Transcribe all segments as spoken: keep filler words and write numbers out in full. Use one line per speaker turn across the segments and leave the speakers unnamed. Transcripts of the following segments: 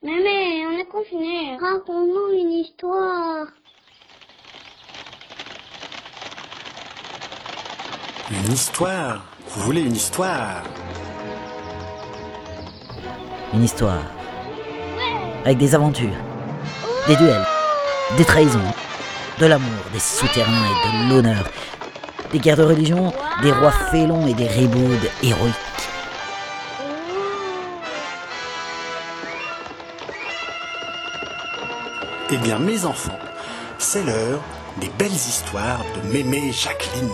Mémé, on est confinés. Raconte-nous une histoire.
Une histoire? Vous voulez une histoire?
Une histoire. Avec des aventures, des duels, des trahisons, de l'amour, des souterrains et de l'honneur, des guerres de religion, des rois félons et des ribaudes héroïques.
Eh bien, mes enfants, c'est l'heure des belles histoires de Mémé et Jacqueline.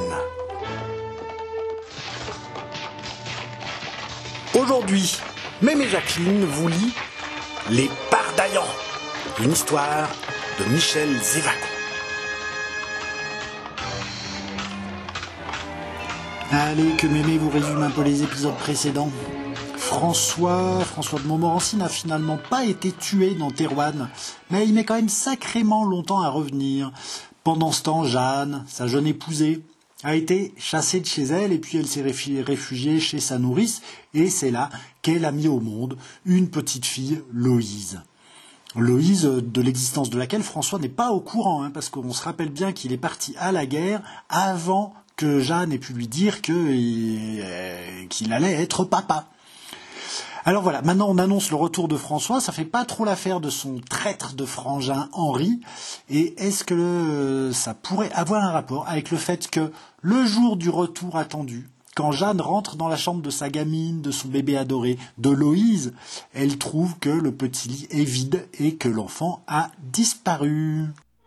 Aujourd'hui, Mémé Jacqueline vous lit Les Pardaillants, une histoire de Michel Zévaco.
Allez, que Mémé vous résume un peu les épisodes précédents. François, François de Montmorency n'a finalement pas été tué dans Thérouanne, mais il met quand même sacrément longtemps à revenir. Pendant ce temps, Jeanne, sa jeune épousée, a été chassée de chez elle et puis elle s'est réfugiée chez sa nourrice et c'est là qu'elle a mis au monde une petite fille, Loïse. Loïse, de l'existence de laquelle François n'est pas au courant, hein, parce qu'on se rappelle bien qu'il est parti à la guerre avant que Jeanne ait pu lui dire que, euh, qu'il allait être papa. Alors voilà, maintenant on annonce le retour de François, ça fait pas trop l'affaire de son traître de frangin Henri, et est-ce que euh, ça pourrait avoir un rapport avec le fait que le jour du retour attendu, quand Jeanne rentre dans la chambre de sa gamine, de son bébé adoré, de Loïse, elle trouve que le petit lit est vide et que l'enfant a disparu.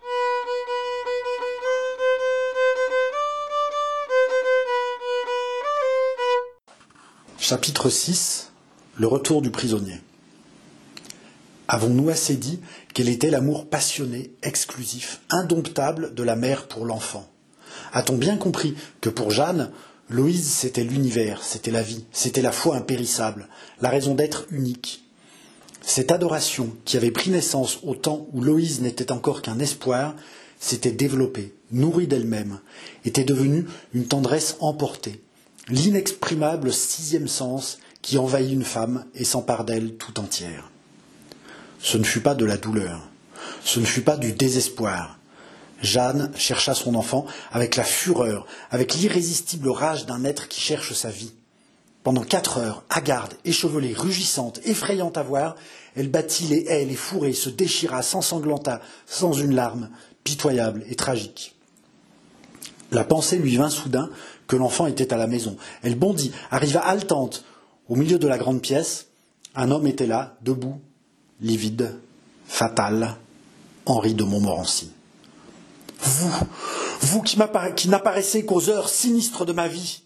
Chapitre six. Le retour du prisonnier. Avons-nous assez dit quel était l'amour passionné, exclusif, indomptable de la mère pour l'enfant? A-t-on bien compris que pour Jeanne, Loïse c'était l'univers, c'était la vie, c'était la foi impérissable, la raison d'être unique? Cette adoration qui avait pris naissance au temps où Loïse n'était encore qu'un espoir, s'était développée, nourrie d'elle-même, était devenue une tendresse emportée, l'inexprimable sixième sens qui envahit une femme et s'empare d'elle tout entière. Ce ne fut pas de la douleur, ce ne fut pas du désespoir. Jeanne chercha son enfant avec la fureur, avec l'irrésistible rage d'un être qui cherche sa vie. Pendant quatre heures, hagarde, échevelée, rugissante, effrayante à voir, elle battit les haies, les fourrés, se déchira, s'ensanglanta, sans une larme, pitoyable et tragique. La pensée lui vint soudain que l'enfant était à la maison. Elle bondit, arriva haletante. Au milieu de la grande pièce, un homme était là, debout, livide, fatal, Henri de Montmorency. Vous, vous qui, qui n'apparaissez qu'aux heures sinistres de ma vie.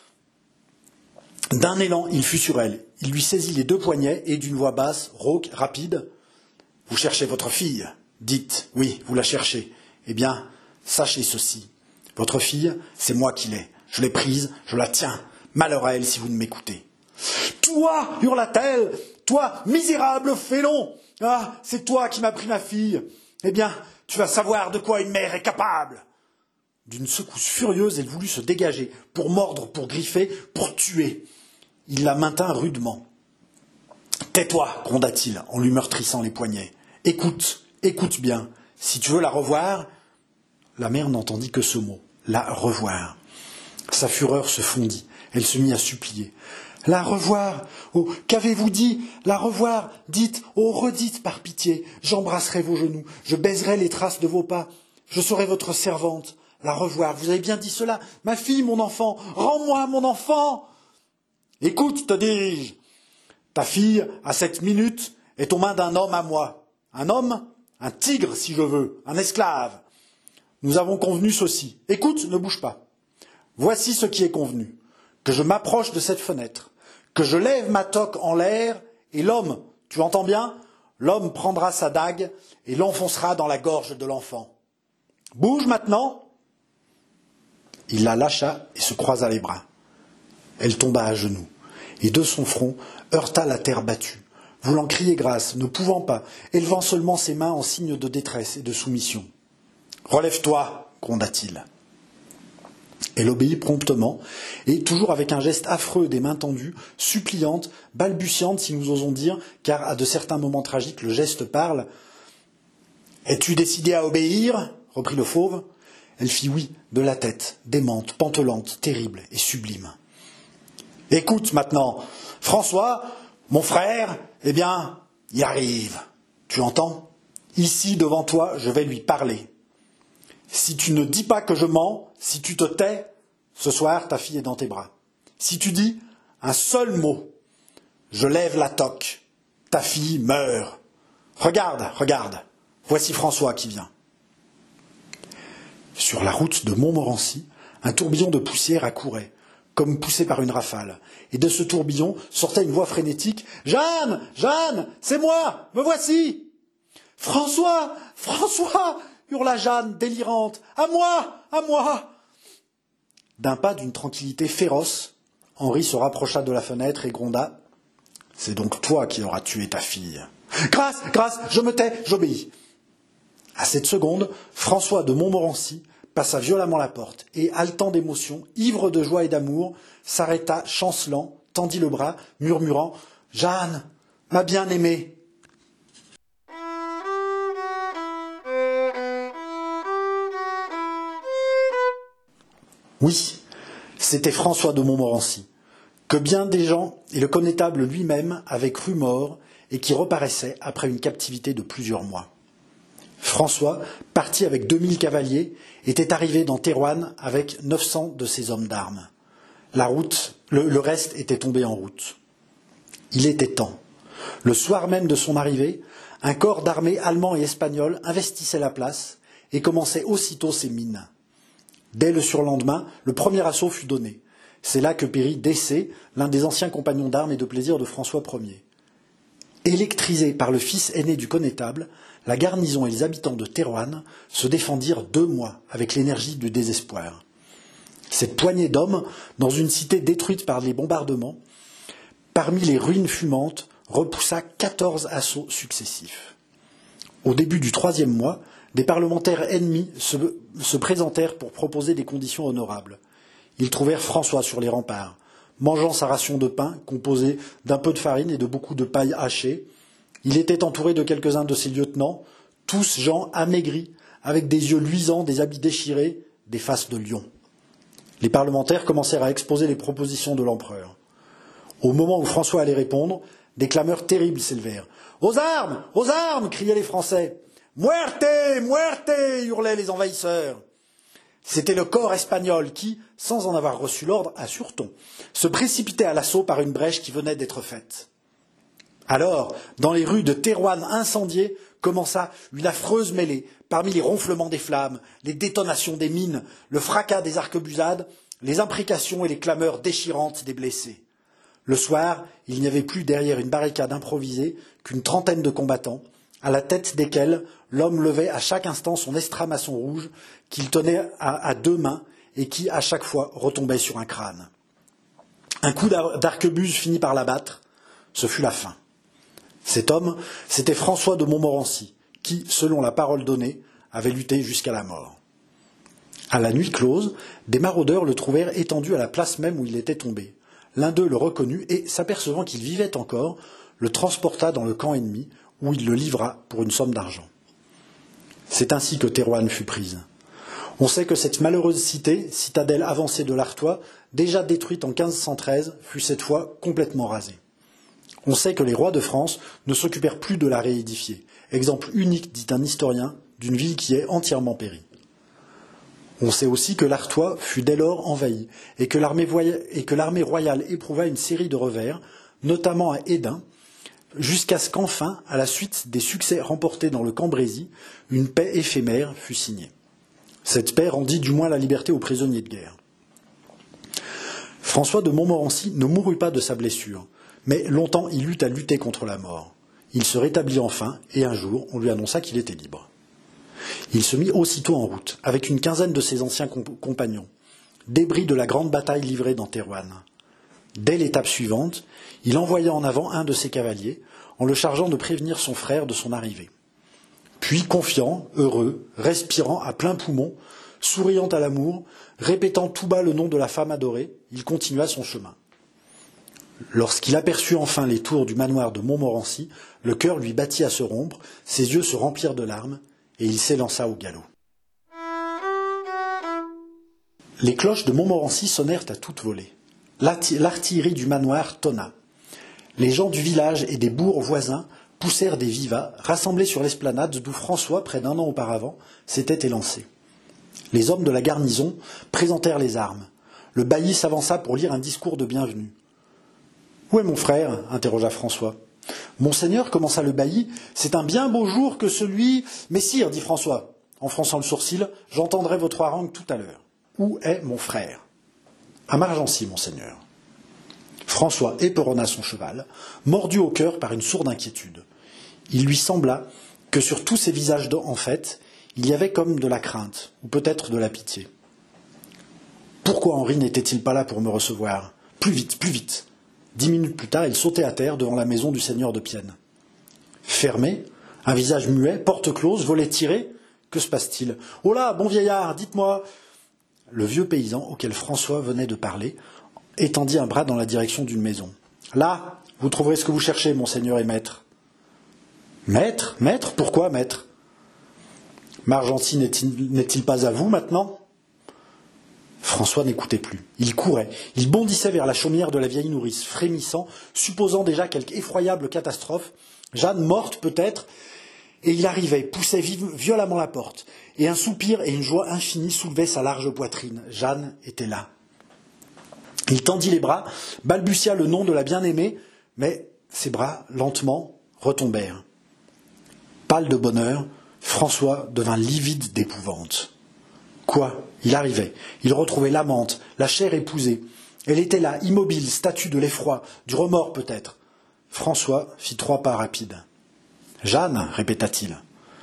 D'un élan, il fut sur elle. Il lui saisit les deux poignets et d'une voix basse, rauque, rapide, « Vous cherchez votre fille. Dites, oui, vous la cherchez. Eh bien, sachez ceci. Votre fille, c'est moi qui l'ai. Je l'ai prise, je la tiens. Malheur à elle si vous ne m'écoutez. » « Toi, hurla-t-elle, toi, misérable félon, ah, c'est toi qui m'as pris ma fille. Eh bien, tu vas savoir de quoi une mère est capable. » D'une secousse furieuse, elle voulut se dégager, pour mordre, pour griffer, pour tuer. Il la maintint rudement. « Tais-toi, gronda-t-il, en lui meurtrissant les poignets. Écoute, écoute bien, si tu veux la revoir... » La mère n'entendit que ce mot, la revoir. Sa fureur se fondit, elle se mit à supplier. La revoir, oh, qu'avez-vous dit? La revoir, dites, oh, redites par pitié, j'embrasserai vos genoux, je baiserai les traces de vos pas, je serai votre servante. La revoir, vous avez bien dit cela, ma fille, mon enfant, rends-moi mon enfant. Écoute, te dis-je, ta fille, à cette minute, est aux mains d'un homme à moi. Un homme, un tigre, si je veux, un esclave. Nous avons convenu ceci. Écoute, ne bouge pas. Voici ce qui est convenu. Que je m'approche de cette fenêtre, que je lève ma toque en l'air, et l'homme, tu entends bien, l'homme prendra sa dague et l'enfoncera dans la gorge de l'enfant. Bouge maintenant. Il la lâcha et se croisa les bras. Elle tomba à genoux, et de son front heurta la terre battue, voulant crier grâce, ne pouvant pas, élevant seulement ses mains en signe de détresse et de soumission. « Relève-toi » gronda-t-il. Elle obéit promptement, et toujours avec un geste affreux des mains tendues, suppliante, balbutiante si nous osons dire, car à de certains moments tragiques le geste parle. « Es-tu décidé à obéir ?» reprit le fauve. Elle fit oui, de la tête, démente, pantelante, terrible et sublime. « Écoute maintenant, François, mon frère, eh bien, y arrive. Tu entends ? Ici, devant toi, je vais lui parler. Si tu ne dis pas que je mens, si tu te tais, ce soir, ta fille est dans tes bras. Si tu dis un seul mot, je lève la toque, ta fille meurt. Regarde, regarde, voici François qui vient. » Sur la route de Montmorency, un tourbillon de poussière accourait, comme poussé par une rafale. Et de ce tourbillon sortait une voix frénétique. « Jeanne, Jeanne, c'est moi, me voici !»« François, François !» hurla Jeanne, délirante. « À moi, à moi !» D'un pas d'une tranquillité féroce, Henri se rapprocha de la fenêtre et gronda. « C'est donc toi qui auras tué ta fille. »« Grâce, grâce, je me tais, j'obéis. » À cette seconde, François de Montmorency passa violemment la porte et, haletant d'émotion, ivre de joie et d'amour, s'arrêta chancelant, tendit le bras, murmurant « Jeanne, ma bien-aimée !» Oui, c'était François de Montmorency, que bien des gens et le connétable lui-même avaient cru mort et qui reparaissait après une captivité de plusieurs mois. François, parti avec deux mille cavaliers, était arrivé dans Thérouanne avec neuf cents de ses hommes d'armes. La route, le, le reste était tombé en route. Il était temps. Le soir même de son arrivée, un corps d'armée allemand et espagnol investissait la place et commençait aussitôt ses mines. Dès le surlendemain, le premier assaut fut donné. C'est là que périt Dessé, l'un des anciens compagnons d'armes et de plaisir de François Ier. Électrisés par le fils aîné du connétable, la garnison et les habitants de Thérouanne se défendirent deux mois avec l'énergie du désespoir. Cette poignée d'hommes, dans une cité détruite par les bombardements, parmi les ruines fumantes, repoussa quatorze assauts successifs. Au début du troisième mois, des parlementaires ennemis se, se présentèrent pour proposer des conditions honorables. Ils trouvèrent François sur les remparts, mangeant sa ration de pain composée d'un peu de farine et de beaucoup de paille hachée. Il était entouré de quelques-uns de ses lieutenants, tous gens amaigris, avec des yeux luisants, des habits déchirés, des faces de lions. Les parlementaires commencèrent à exposer les propositions de l'empereur. Au moment où François allait répondre, des clameurs terribles s'élevèrent. « Aux armes! Aux armes !» criaient les Français. « Muerte! Muerte !» hurlaient les envahisseurs. C'était le corps espagnol qui, sans en avoir reçu l'ordre, assure-t-on, se précipitait à l'assaut par une brèche qui venait d'être faite. Alors, dans les rues de Thérouanne incendiées, commença une affreuse mêlée, parmi les ronflements des flammes, les détonations des mines, le fracas des arquebusades, les imprécations et les clameurs déchirantes des blessés. Le soir, il n'y avait plus derrière une barricade improvisée qu'une trentaine de combattants, à la tête desquels l'homme levait à chaque instant son estramasson rouge qu'il tenait à, à deux mains et qui, à chaque fois, retombait sur un crâne. Un coup d'arquebuse finit par l'abattre, ce fut la fin. Cet homme, c'était François de Montmorency, qui, selon la parole donnée, avait lutté jusqu'à la mort. À la nuit close, des maraudeurs le trouvèrent étendu à la place même où il était tombé. L'un d'eux le reconnut et, s'apercevant qu'il vivait encore, le transporta dans le camp ennemi, où il le livra pour une somme d'argent. C'est ainsi que Thérouanne fut prise. On sait que cette malheureuse cité, citadelle avancée de l'Artois, déjà détruite en quinze cent treize, fut cette fois complètement rasée. On sait que les rois de France ne s'occupèrent plus de la réédifier, exemple unique, dit un historien, d'une ville qui est entièrement périe. On sait aussi que l'Artois fut dès lors envahi et que l'armée royale éprouva une série de revers, notamment à Hesdin, jusqu'à ce qu'enfin, à la suite des succès remportés dans le Cambrésis, une paix éphémère fut signée. Cette paix rendit du moins la liberté aux prisonniers de guerre. François de Montmorency ne mourut pas de sa blessure, mais longtemps il eut à lutter contre la mort. Il se rétablit enfin, et un jour, on lui annonça qu'il était libre. Il se mit aussitôt en route, avec une quinzaine de ses anciens comp- compagnons, débris de la grande bataille livrée dans Thérouanne. Dès l'étape suivante, il envoya en avant un de ses cavaliers, en le chargeant de prévenir son frère de son arrivée. Puis, confiant, heureux, respirant à plein poumon, souriant à l'amour, répétant tout bas le nom de la femme adorée, il continua son chemin. Lorsqu'il aperçut enfin les tours du manoir de Montmorency, le cœur lui battit à se rompre, ses yeux se remplirent de larmes, et il s'élança au galop. Les cloches de Montmorency sonnèrent à toute volée. L'artillerie du manoir tonna. Les gens du village et des bourgs voisins poussèrent des vivas, rassemblés sur l'esplanade d'où François, près d'un an auparavant, s'était élancé. Les hommes de la garnison présentèrent les armes. Le bailli s'avança pour lire un discours de bienvenue. « Où est mon frère » interrogea François. « Monseigneur, commença le bailli, c'est un bien beau jour que celui... »« Messire, dit François, en fronçant le sourcil, j'entendrai votre harangue tout à l'heure. Où est mon frère ?»« À Margency, monseigneur. » François éperonna son cheval, mordu au cœur par une sourde inquiétude. Il lui sembla que sur tous ces visages en fête, il y avait comme de la crainte, ou peut-être de la pitié. Pourquoi Henri n'était-il pas là pour me recevoir ? Plus vite, plus vite. Dix minutes plus tard, il sautait à terre devant la maison du seigneur de Pienne. Fermé, un visage muet, porte close, volet tiré, que se passe-t-il ? « Oh là, bon vieillard, dites-moi !» Le vieux paysan auquel François venait de parler étendit un bras dans la direction d'une maison. « Là, vous trouverez ce que vous cherchez, monseigneur et maître. »« Maître ? Maître ? Pourquoi, maître ? Margency n'est-il, n'est-il pas à vous maintenant ?» François n'écoutait plus. Il courait, il bondissait vers la chaumière de la vieille nourrice, frémissant, supposant déjà quelque effroyable catastrophe, Jeanne morte peut-être, et il arrivait, poussait vive, violemment la porte, et un soupir et une joie infinie soulevaient sa large poitrine. Jeanne était là. Il tendit les bras, balbutia le nom de la bien-aimée, mais ses bras, lentement, retombèrent. Pâle de bonheur, François devint livide d'épouvante. Quoi ? Il arrivait. Il retrouvait l'amante, la chère épousée. Elle était là, immobile, statue de l'effroi, du remords peut-être. François fit trois pas rapides. « Jeanne !» répéta-t-il.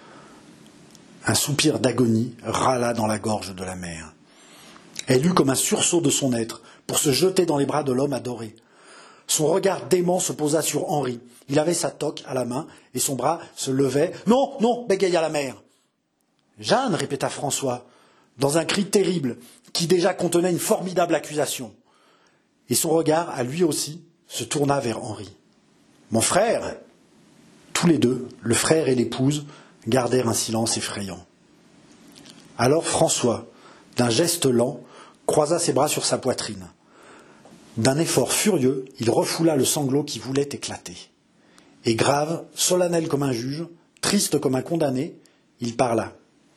Un soupir d'agonie râla dans la gorge de la mère. Elle eut comme un sursaut de son être pour se jeter dans les bras de l'homme adoré. Son regard dément se posa sur Henri. Il avait sa toque à la main et son bras se levait. « Non, non !» bégaya la mère. « Jeanne !» répéta François, dans un cri terrible qui déjà contenait une formidable accusation. Et son regard, à lui aussi, se tourna vers Henri. « Mon frère !» Tous les deux, le frère et l'épouse, gardèrent un silence effrayant. Alors François, d'un geste lent, croisa ses bras sur sa poitrine. D'un effort furieux, il refoula le sanglot qui voulait éclater. Et grave, solennel comme un juge, triste comme un condamné, il parla.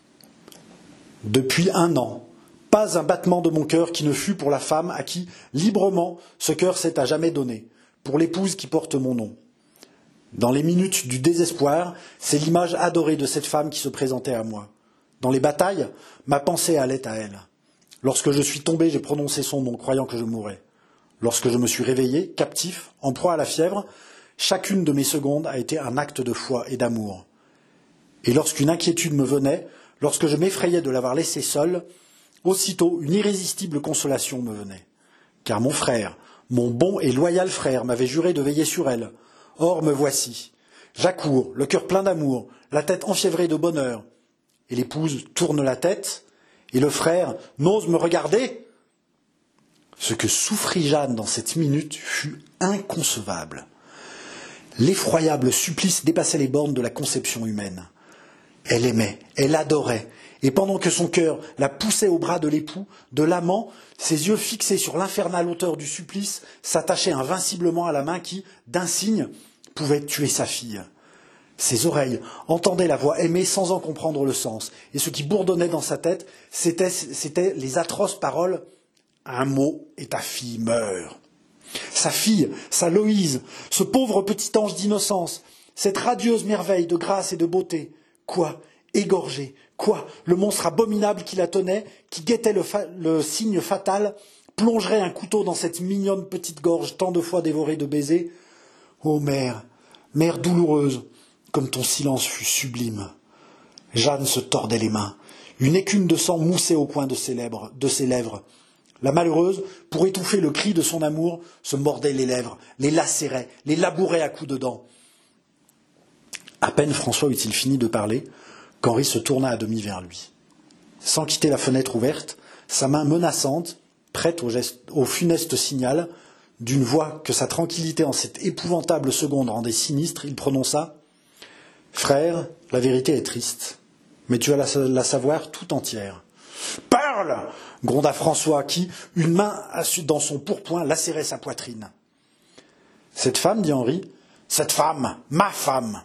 « Depuis un an, pas un battement de mon cœur qui ne fût pour la femme à qui, librement, ce cœur s'est à jamais donné, pour l'épouse qui porte mon nom. Dans les minutes du désespoir, c'est l'image adorée de cette femme qui se présentait à moi. Dans les batailles, ma pensée allait à elle. Lorsque je suis tombé, j'ai prononcé son nom, croyant que je mourrais. Lorsque je me suis réveillé, captif, en proie à la fièvre, chacune de mes secondes a été un acte de foi et d'amour. Et lorsqu'une inquiétude me venait, lorsque je m'effrayais de l'avoir laissée seule, aussitôt une irrésistible consolation me venait. Car mon frère, mon bon et loyal frère, m'avait juré de veiller sur elle. Or me voici. J'accours, le cœur plein d'amour, la tête enfiévrée de bonheur. Et l'épouse tourne la tête, et le frère n'ose me regarder. Ce que souffrit Jeanne dans cette minute fut inconcevable. L'effroyable supplice dépassait les bornes de la conception humaine. Elle aimait, elle adorait, et pendant que son cœur la poussait au bras de l'époux, de l'amant, ses yeux fixés sur l'infernale hauteur du supplice s'attachaient invinciblement à la main qui, d'un signe, pouvait tuer sa fille. Ses oreilles entendaient la voix aimée sans en comprendre le sens, et ce qui bourdonnait dans sa tête, c'était, c'était les atroces paroles « Un mot et ta fille meurt ». Sa fille, sa Loïse, ce pauvre petit ange d'innocence, cette radieuse merveille de grâce et de beauté, quoi, égorgée, quoi, le monstre abominable qui la tenait, qui guettait le, fa- le signe fatal, plongerait un couteau dans cette mignonne petite gorge tant de fois dévorée de baisers. Ô mère, mère douloureuse, comme ton silence fut sublime. Jeanne se tordait les mains. Une écume de sang moussait au coin de ses lèvres. De ses lèvres. La malheureuse, pour étouffer le cri de son amour, se mordait les lèvres, les lacérait, les labourait à coups de dents. À peine François eut-il fini de parler, qu'Henri se tourna à demi vers lui. sans quitter la fenêtre ouverte, sa main menaçante, prête au, geste, au funeste signal, d'une voix que sa tranquillité en cette épouvantable seconde rendait sinistre, il prononça « Frère, la vérité est triste, mais tu vas la, la savoir tout entière. »« Parle !» gronda François, qui, une main dans son pourpoint, lacérait sa poitrine. « Cette femme, dit Henri, cette femme, ma femme.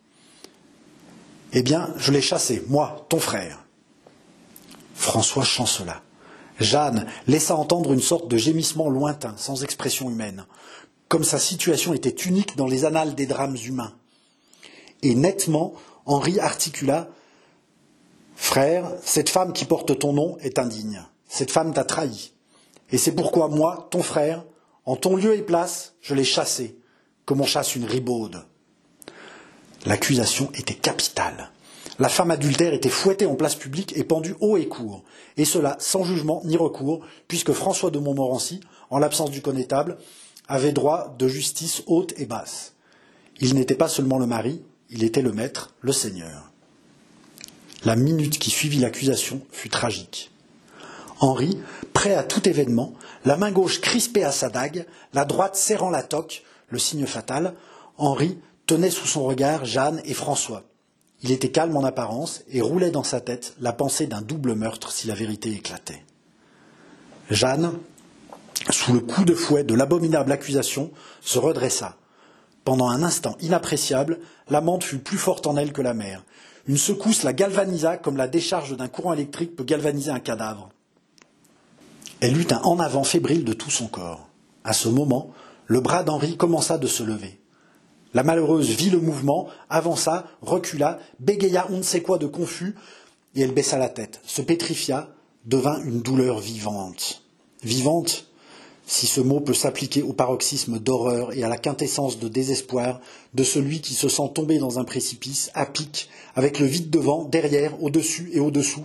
Eh bien, je l'ai chassée, moi, ton frère. » François chancela. Jeanne laissa entendre une sorte de gémissement lointain, sans expression humaine, comme sa situation était unique dans les annales des drames humains. Et nettement, Henri articula « Frère, cette femme qui porte ton nom est indigne. Cette femme t'a trahi. Et c'est pourquoi moi, ton frère, en ton lieu et place, je l'ai chassée, comme on chasse une ribaude. » L'accusation était capitale. La femme adultère était fouettée en place publique et pendue haut et court, et cela sans jugement ni recours, puisque François de Montmorency, en l'absence du connétable, avait droit de justice haute et basse. Il n'était pas seulement le mari, il était le maître, le seigneur. La minute qui suivit l'accusation fut tragique. Henri, prêt à tout événement, la main gauche crispée à sa dague, la droite serrant la toque, le signe fatal, Henri tenait sous son regard Jeanne et François. Il était calme en apparence et roulait dans sa tête la pensée d'un double meurtre si la vérité éclatait. Jeanne, sous le coup de fouet de l'abominable accusation, se redressa. Pendant un instant inappréciable, l'amante fut plus forte en elle que la mer. Une secousse la galvanisa comme la décharge d'un courant électrique peut galvaniser un cadavre. Elle eut un en avant fébrile de tout son corps. À ce moment, le bras d'Henri commença de se lever. La malheureuse vit le mouvement, avança, recula, bégaya on ne sait quoi de confus, et elle baissa la tête, se pétrifia, devint une douleur vivante. Vivante, si ce mot peut s'appliquer au paroxysme d'horreur et à la quintessence de désespoir de celui qui se sent tomber dans un précipice, à pic, avec le vide devant, derrière, au-dessus et au-dessous.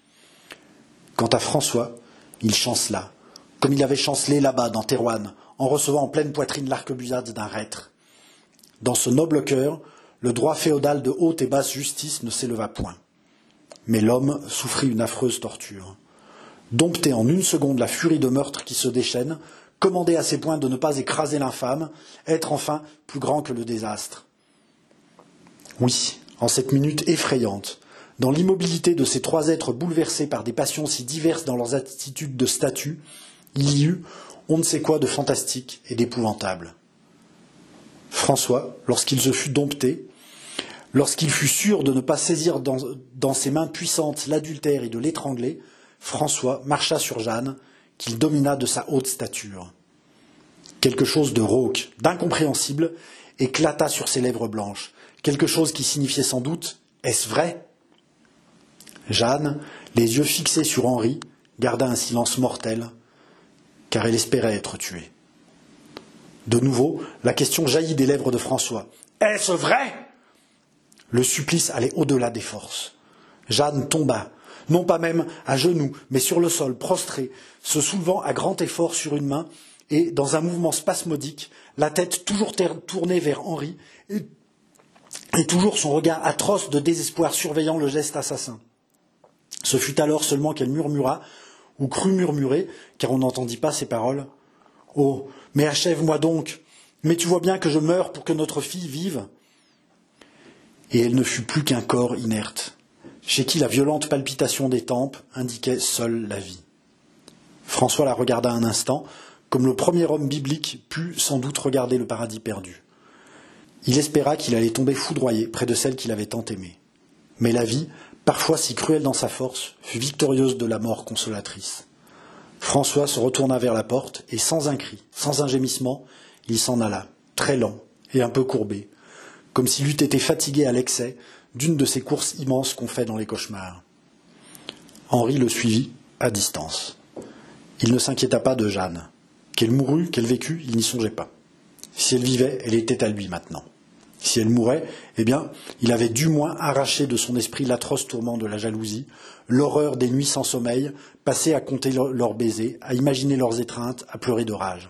Quant à François, il chancela, comme il avait chancelé là-bas dans Thérouanne, en recevant en pleine poitrine l'arquebusade d'un reître. Dans ce noble cœur, le droit féodal de haute et basse justice ne s'éleva point. Mais l'homme souffrit une affreuse torture. Dompté en une seconde la furie de meurtre qui se déchaîne, commandé à ses poings de ne pas écraser l'infâme, être enfin plus grand que le désastre. Oui, en cette minute effrayante, dans l'immobilité de ces trois êtres bouleversés par des passions si diverses dans leurs attitudes de statut, il y eut on ne sait quoi de fantastique et d'épouvantable. François, lorsqu'il se fut dompté, lorsqu'il fut sûr de ne pas saisir dans, dans ses mains puissantes l'adultère et de l'étrangler, François marcha sur Jeanne, qu'il domina de sa haute stature. Quelque chose de rauque, d'incompréhensible, éclata sur ses lèvres blanches, quelque chose qui signifiait sans doute « Est-ce vrai ?» Jeanne, les yeux fixés sur Henri, garda un silence mortel, car elle espérait être tuée. De nouveau, la question jaillit des lèvres de François. « Est-ce vrai ?» Le supplice allait au-delà des forces. Jeanne tomba, non pas même à genoux, mais sur le sol, prostrée, se soulevant à grand effort sur une main, et, dans un mouvement spasmodique, la tête toujours tournée vers Henri, et, et toujours son regard atroce de désespoir surveillant le geste assassin. Ce fut alors seulement qu'elle murmura, ou crut murmurer, car on n'entendit pas ses paroles. « Oh, mais achève-moi donc, mais tu vois bien que je meurs pour que notre fille vive. » Et elle ne fut plus qu'un corps inerte, chez qui la violente palpitation des tempes indiquait seule la vie. François la regarda un instant, comme le premier homme biblique put sans doute regarder le paradis perdu. Il espéra qu'il allait tomber foudroyé près de celle qu'il avait tant aimée. Mais la vie, parfois si cruelle dans sa force, fut victorieuse de la mort consolatrice. François se retourna vers la porte, et sans un cri, sans un gémissement, il s'en alla, très lent et un peu courbé, comme s'il eût été fatigué à l'excès d'une de ces courses immenses qu'on fait dans les cauchemars. Henri le suivit, à distance. Il ne s'inquiéta pas de Jeanne. Qu'elle mourût, qu'elle vécût, il n'y songeait pas. Si elle vivait, elle était à lui maintenant. Si elle mourait, eh bien, il avait du moins arraché de son esprit l'atroce tourment de la jalousie, l'horreur des nuits sans sommeil, passé à compter leurs baisers, à imaginer leurs étreintes, à pleurer de rage.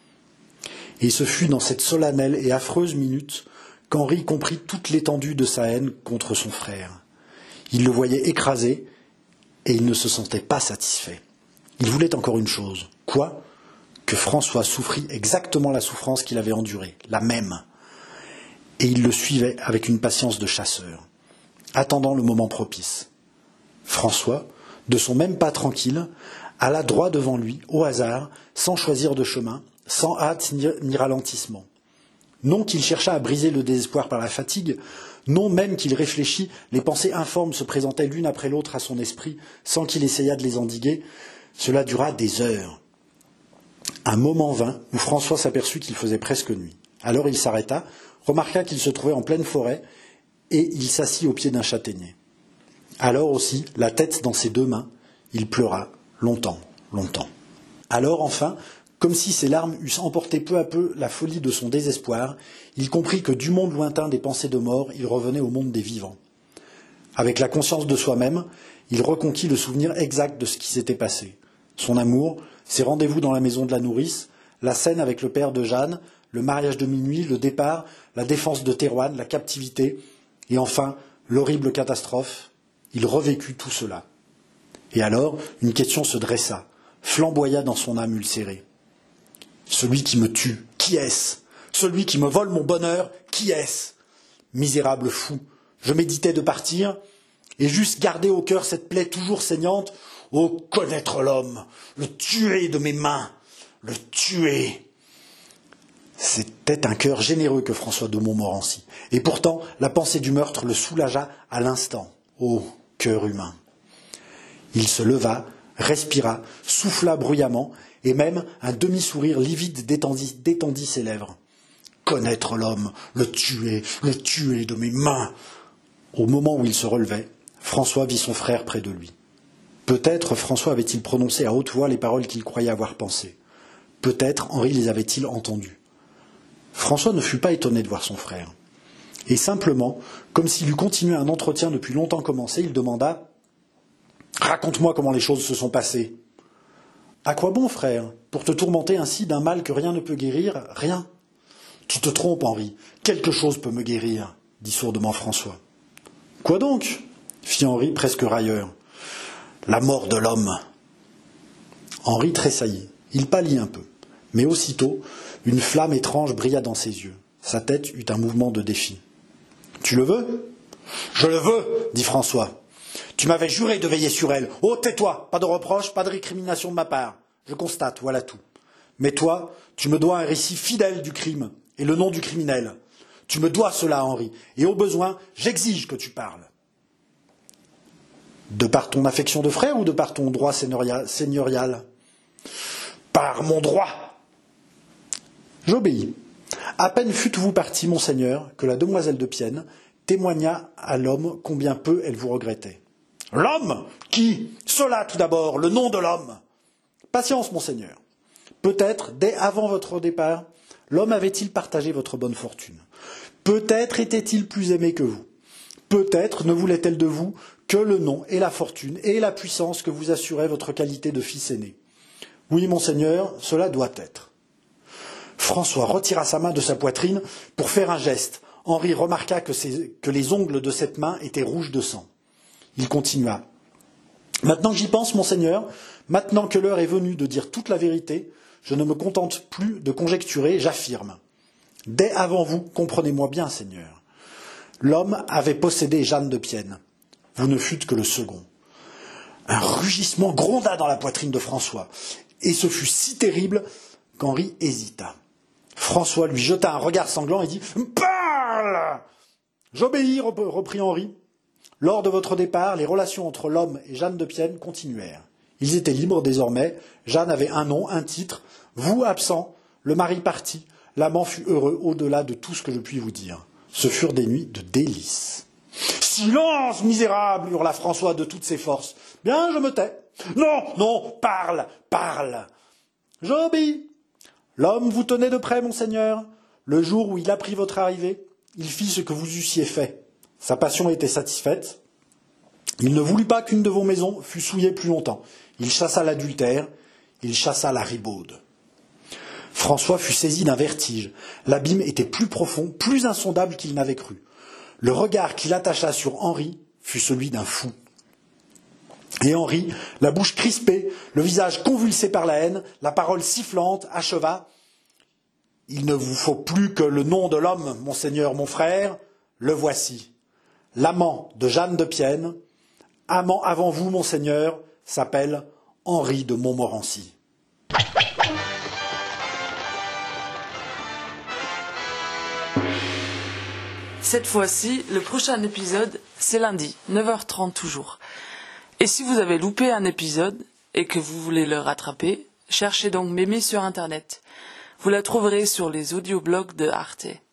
Et ce fut dans cette solennelle et affreuse minute qu'Henri comprit toute l'étendue de sa haine contre son frère. Il le voyait écrasé, Et il ne se sentait pas satisfait. Il voulait encore une chose. Quoi ? Que François souffrit exactement la souffrance qu'il avait endurée, la même. Et il le suivait avec une patience de chasseur, attendant le moment propice. François, de son même pas tranquille, alla droit devant lui, au hasard, sans choisir de chemin, sans hâte ni, ni ralentissement. Non qu'il cherchât à briser le désespoir par la fatigue, non même qu'il réfléchît, les pensées informes se présentaient l'une après l'autre à son esprit, sans qu'il essayât de les endiguer. Cela dura des heures. Un moment vint où François s'aperçut qu'il faisait presque nuit. Alors il s'arrêta, remarqua qu'il se trouvait en pleine forêt, et il s'assit au pied d'un châtaignier. Alors aussi, la tête dans ses deux mains, il pleura, longtemps, longtemps. Alors enfin, comme si ses larmes eussent emporté peu à peu la folie de son désespoir, il comprit que du monde lointain des pensées de mort, il revenait au monde des vivants. Avec la conscience de soi-même, il reconquit le souvenir exact de ce qui s'était passé. Son amour, ses rendez-vous dans la maison de la nourrice, la scène avec le père de Jeanne, le mariage de minuit, le départ, la défense de Thérouanne, la captivité, et enfin l'horrible catastrophe. Il revécut tout cela. Et alors, une question se dressa, flamboya dans son âme ulcérée. Celui qui me tue, qui est-ce ? Celui qui me vole mon bonheur, qui est-ce ? Misérable fou, je méditais de partir, et j'eusse gardé au cœur cette plaie toujours saignante. Oh, connaître l'homme, le tuer de mes mains, le tuer. C'était un cœur généreux que François de Montmorency, et pourtant la pensée du meurtre le soulagea à l'instant. Oh, cœur humain. Il se leva, respira, souffla bruyamment, et même un demi-sourire livide détendit, détendit ses lèvres. Connaître l'homme, le tuer, le tuer de mes mains. Au moment où il se relevait, François vit son frère près de lui. Peut-être François avait-il prononcé à haute voix les paroles qu'il croyait avoir pensées. Peut-être Henri les avait-il entendues. François ne fut pas étonné de voir son frère. Et simplement, comme s'il eût continué un entretien depuis longtemps commencé, il demanda « Raconte-moi comment les choses se sont passées. »« À quoi bon, frère, pour te tourmenter ainsi d'un mal que rien ne peut guérir, rien. »« Tu te trompes, Henri, quelque chose peut me guérir, » dit sourdement François. « Quoi donc ?» fit Henri presque railleur. « La mort de l'homme. » Henri tressaillit, il pâlit un peu, mais aussitôt, une flamme étrange brilla dans ses yeux. Sa tête eut un mouvement de défi. « Tu le veux ?»« Je le veux, » dit François. « Tu m'avais juré de veiller sur elle. Oh, tais-toi, pas de reproche, pas de récrimination de ma part. Je constate, voilà tout. Mais toi, tu me dois un récit fidèle du crime et le nom du criminel. Tu me dois cela, Henri, et au besoin, j'exige que tu parles. » De par ton affection de frère ou de par ton droit seigneurial ? Par mon droit. J'obéis. À peine fûtes-vous parti, monseigneur, que la demoiselle de Pienne témoigna à l'homme combien peu elle vous regrettait. L'homme ? Qui ? Cela tout d'abord, le nom de l'homme. Patience, monseigneur. Peut-être, dès avant votre départ, l'homme avait-il partagé votre bonne fortune. Peut-être était-il plus aimé que vous. Peut-être ne voulait-elle de vous que le nom et la fortune et la puissance que vous assurait votre qualité de fils aîné. Oui, monseigneur, cela doit être. François retira sa main de sa poitrine pour faire un geste. Henri remarqua que, ses, que les ongles de cette main étaient rouges de sang. Il continua. Maintenant que j'y pense, monseigneur, maintenant que l'heure est venue de dire toute la vérité, je ne me contente plus de conjecturer, j'affirme. Dès avant vous, comprenez-moi bien, seigneur. L'homme avait possédé Jeanne de Pienne. Vous ne fûtes que le second. Un rugissement gronda dans la poitrine de François, et ce fut si terrible qu'Henri hésita. François lui jeta un regard sanglant et dit « Parle !»« J'obéis, reprit Henri. Lors de votre départ, les relations entre l'homme et Jeanne de Pienne continuèrent. Ils étaient libres désormais, Jeanne avait un nom, un titre, vous absent, le mari parti, l'amant fut heureux au-delà de tout ce que je puis vous dire. Ce furent des nuits de délices. « Silence, misérable !» hurla François de toutes ses forces. « Bien, je me tais. Non, non, parle, parle. »« J'obéis. L'homme vous tenait de près, monseigneur. Le jour où il apprit votre arrivée, il fit ce que vous eussiez fait. Sa passion était satisfaite. Il ne voulut pas qu'une de vos maisons fût souillée plus longtemps. Il chassa l'adultère, il chassa la ribaude. » François fut saisi d'un vertige. L'abîme était plus profond, plus insondable qu'il n'avait cru. Le regard qu'il attacha sur Henri fut celui d'un fou. Et Henri, la bouche crispée, le visage convulsé par la haine, la parole sifflante, acheva. Il ne vous faut plus que le nom de l'homme, monseigneur mon frère, le voici. L'amant de Jeanne de Pienne, amant avant vous, monseigneur, s'appelle Henri de Montmorency.
Cette fois-ci, le prochain épisode, c'est lundi, neuf heures trente toujours. Et si vous avez loupé un épisode et que vous voulez le rattraper, cherchez donc Mémé sur Internet. Vous la trouverez sur les audioblogs de Arte.